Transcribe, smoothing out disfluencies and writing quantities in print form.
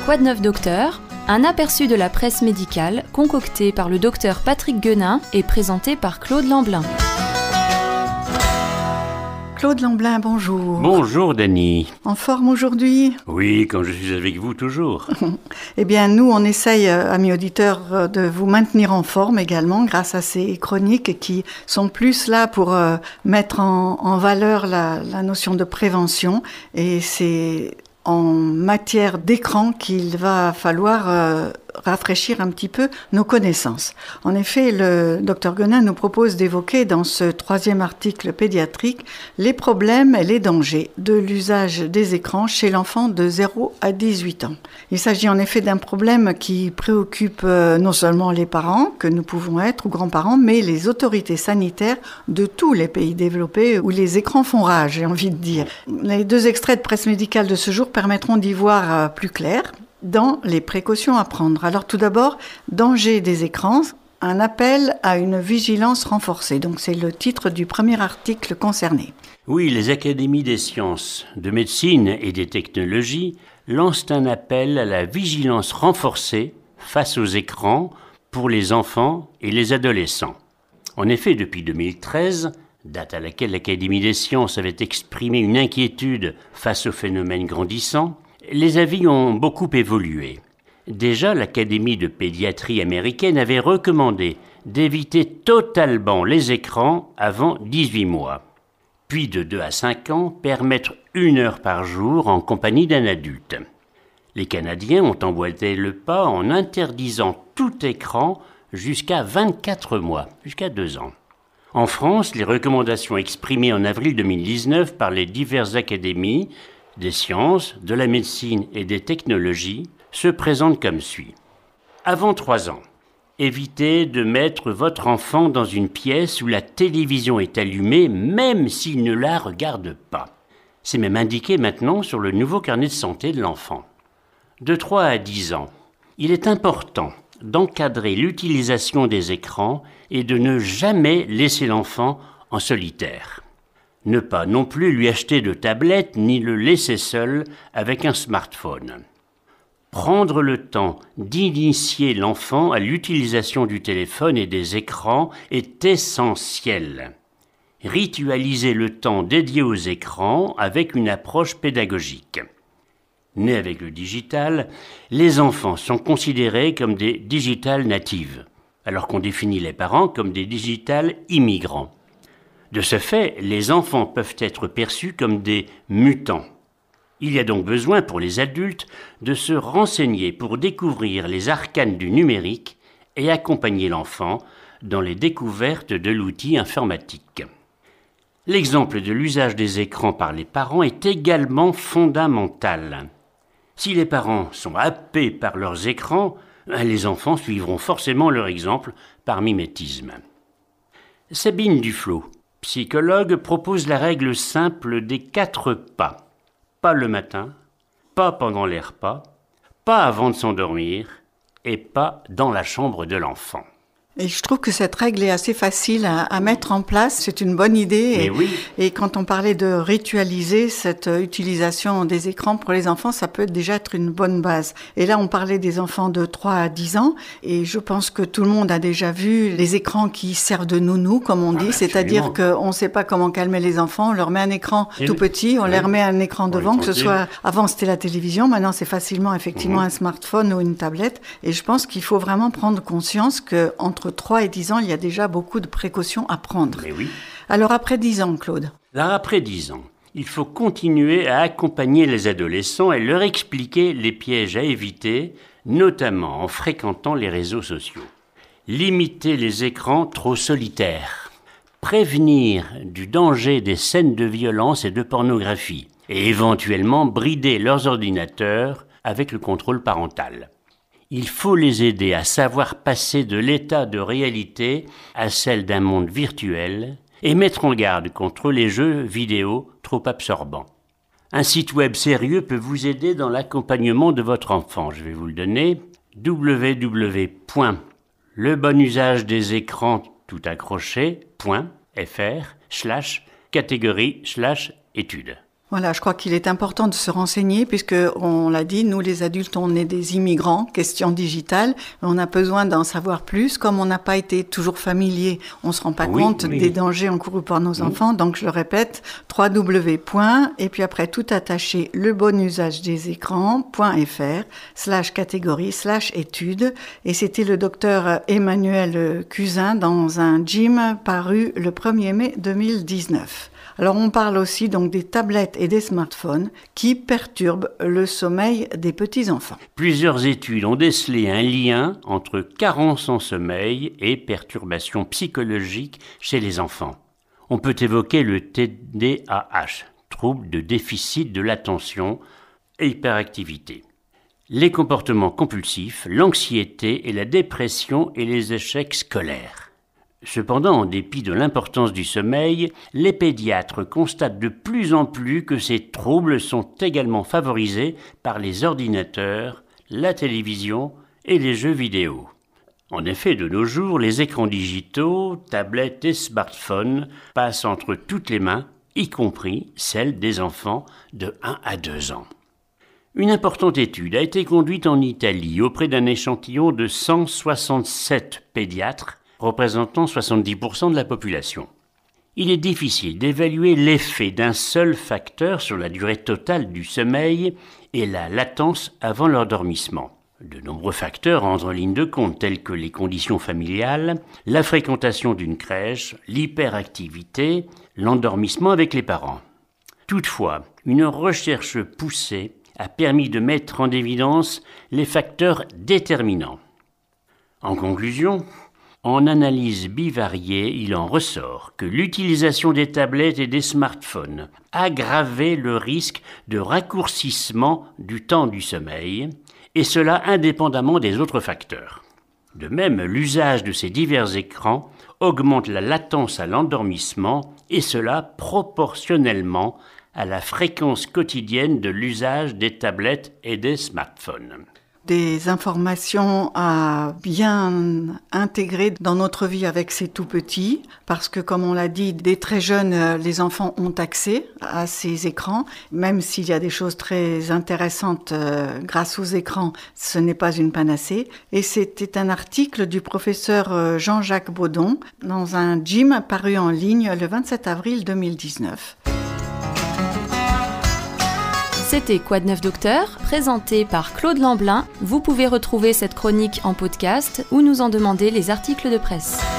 Quoi de neuf docteur ? Un aperçu de la presse médicale concocté par le docteur Patrick Guenin et présenté par Claude Lamblin. Claude Lamblin, bonjour. Bonjour Dany. En forme aujourd'hui ? Oui, quand je suis avec vous toujours. Eh bien, nous, on essaye, amis auditeurs, de vous maintenir en forme également grâce à ces chroniques qui sont plus là pour mettre en valeur la notion de prévention. Et c'est en matière d'écran qu'il va falloir rafraîchir un petit peu nos connaissances. En effet, le Dr Guenin nous propose d'évoquer dans ce 3e article pédiatrique les problèmes et les dangers de l'usage des écrans chez l'enfant de 0 à 18 ans. Il s'agit en effet d'un problème qui préoccupe non seulement les parents, que nous pouvons être, ou grands-parents, mais les autorités sanitaires de tous les pays développés où les écrans font rage, j'ai envie de dire. Les 2 extraits de presse médicale de ce jour permettront d'y voir plus clair dans les précautions à prendre. Alors tout d'abord, danger des écrans, un appel à une vigilance renforcée. Donc c'est le titre du premier article concerné. Oui, les académies des sciences, de médecine et des technologies lancent un appel à la vigilance renforcée face aux écrans pour les enfants et les adolescents. En effet, depuis 2013, date à laquelle l'Académie des sciences avait exprimé une inquiétude face au phénomène grandissant, les avis ont beaucoup évolué. Déjà, l'Académie de pédiatrie américaine avait recommandé d'éviter totalement les écrans avant 18 mois. Puis de 2 à 5 ans, permettre 1 heure par jour en compagnie d'un adulte. Les Canadiens ont emboîté le pas en interdisant tout écran jusqu'à 24 mois, jusqu'à 2 ans. En France, les recommandations exprimées en avril 2019 par les diverses académies des sciences, de la médecine et des technologies se présentent comme suit. Avant 3 ans, évitez de mettre votre enfant dans une pièce où la télévision est allumée, même s'il ne la regarde pas. C'est même indiqué maintenant sur le nouveau carnet de santé de l'enfant. De 3 à 10 ans, il est important d'encadrer l'utilisation des écrans et de ne jamais laisser l'enfant en solitaire. Ne pas non plus lui acheter de tablette ni le laisser seul avec un smartphone. Prendre le temps d'initier l'enfant à l'utilisation du téléphone et des écrans est essentiel. Ritualiser le temps dédié aux écrans avec une approche pédagogique. Nés avec le digital, les enfants sont considérés comme des digital natives, alors qu'on définit les parents comme des digital immigrants. De ce fait, les enfants peuvent être perçus comme des mutants. Il y a donc besoin pour les adultes de se renseigner pour découvrir les arcanes du numérique et accompagner l'enfant dans les découvertes de l'outil informatique. L'exemple de l'usage des écrans par les parents est également fondamental. Si les parents sont happés par leurs écrans, les enfants suivront forcément leur exemple par mimétisme. Sabine Duflot, psychologue, propose la règle simple des 4 pas. Pas le matin, pas pendant les repas, pas avant de s'endormir et pas dans la chambre de l'enfant. Et je trouve que cette règle est assez facile à mettre en place. C'est une bonne idée. Et quand on parlait de ritualiser cette utilisation des écrans pour les enfants, ça peut déjà être une bonne base. Et là, on parlait des enfants de 3 à 10 ans. Et je pense que tout le monde a déjà vu les écrans qui servent de nounou, comme on dit. C'est-à-dire qu'on ne sait pas comment calmer les enfants. On leur met un écran tout petit, on leur met un écran devant, que ce soit... Avant, c'était la télévision. Maintenant, c'est facilement, effectivement, un smartphone ou une tablette. Et je pense qu'il faut vraiment prendre conscience qu'entre 3 et 10 ans, il y a déjà beaucoup de précautions à prendre. Mais oui. Alors après 10 ans, Claude ? Alors après 10 ans, il faut continuer à accompagner les adolescents et leur expliquer les pièges à éviter, notamment en fréquentant les réseaux sociaux. Limiter les écrans trop solitaires. Prévenir du danger des scènes de violence et de pornographie. Et éventuellement brider leurs ordinateurs avec le contrôle parental. Il faut les aider à savoir passer de l'état de réalité à celle d'un monde virtuel et mettre en garde contre les jeux vidéo trop absorbants. Un site web sérieux peut vous aider dans l'accompagnement de votre enfant. Je vais vous le donner. www.lebonusagedésécrans.fr/catégorie/études. Voilà, je crois qu'il est important de se renseigner puisque, on l'a dit, nous les adultes, on est des immigrants, question digitale, on a besoin d'en savoir plus. Comme on n'a pas été toujours familier, on se rend pas compte des dangers encourus par nos enfants. Donc je le répète, www. et puis après tout attaché, lebonusagedésécrans.fr/catégorie/études. Et c'était le docteur Emmanuel Cusin dans un gym paru le 1er mai 2019. Alors on parle aussi donc des tablettes et des smartphones qui perturbent le sommeil des petits-enfants. Plusieurs études ont décelé un lien entre carence en sommeil et perturbations psychologiques chez les enfants. On peut évoquer le TDAH, trouble de déficit de l'attention et hyperactivité. Les comportements compulsifs, l'anxiété et la dépression et les échecs scolaires. Cependant, en dépit de l'importance du sommeil, les pédiatres constatent de plus en plus que ces troubles sont également favorisés par les ordinateurs, la télévision et les jeux vidéo. En effet, de nos jours, les écrans digitaux, tablettes et smartphones passent entre toutes les mains, y compris celles des enfants de 1 à 2 ans. Une importante étude a été conduite en Italie auprès d'un échantillon de 167 pédiatres, représentant 70% de la population. Il est difficile d'évaluer l'effet d'un seul facteur sur la durée totale du sommeil et la latence avant l'endormissement. De nombreux facteurs entrent en ligne de compte, tels que les conditions familiales, la fréquentation d'une crèche, l'hyperactivité, l'endormissement avec les parents. Toutefois, une recherche poussée a permis de mettre en évidence les facteurs déterminants. En conclusion, en analyse bivariée, il en ressort que l'utilisation des tablettes et des smartphones aggravait le risque de raccourcissement du temps du sommeil, et cela indépendamment des autres facteurs. De même, l'usage de ces divers écrans augmente la latence à l'endormissement, et cela proportionnellement à la fréquence quotidienne de l'usage des tablettes et des smartphones. Des informations à bien intégrer dans notre vie avec ces tout-petits, parce que comme on l'a dit, dès très jeunes, les enfants ont accès à ces écrans. Même s'il y a des choses très intéressantes grâce aux écrans, ce n'est pas une panacée. Et c'était un article du professeur Jean-Jacques Baudon dans un gym paru en ligne le 27 avril 2019. C'était Quoi de neuf docteur, présenté par Claude Lamblin. Vous pouvez retrouver cette chronique en podcast ou nous en demander les articles de presse.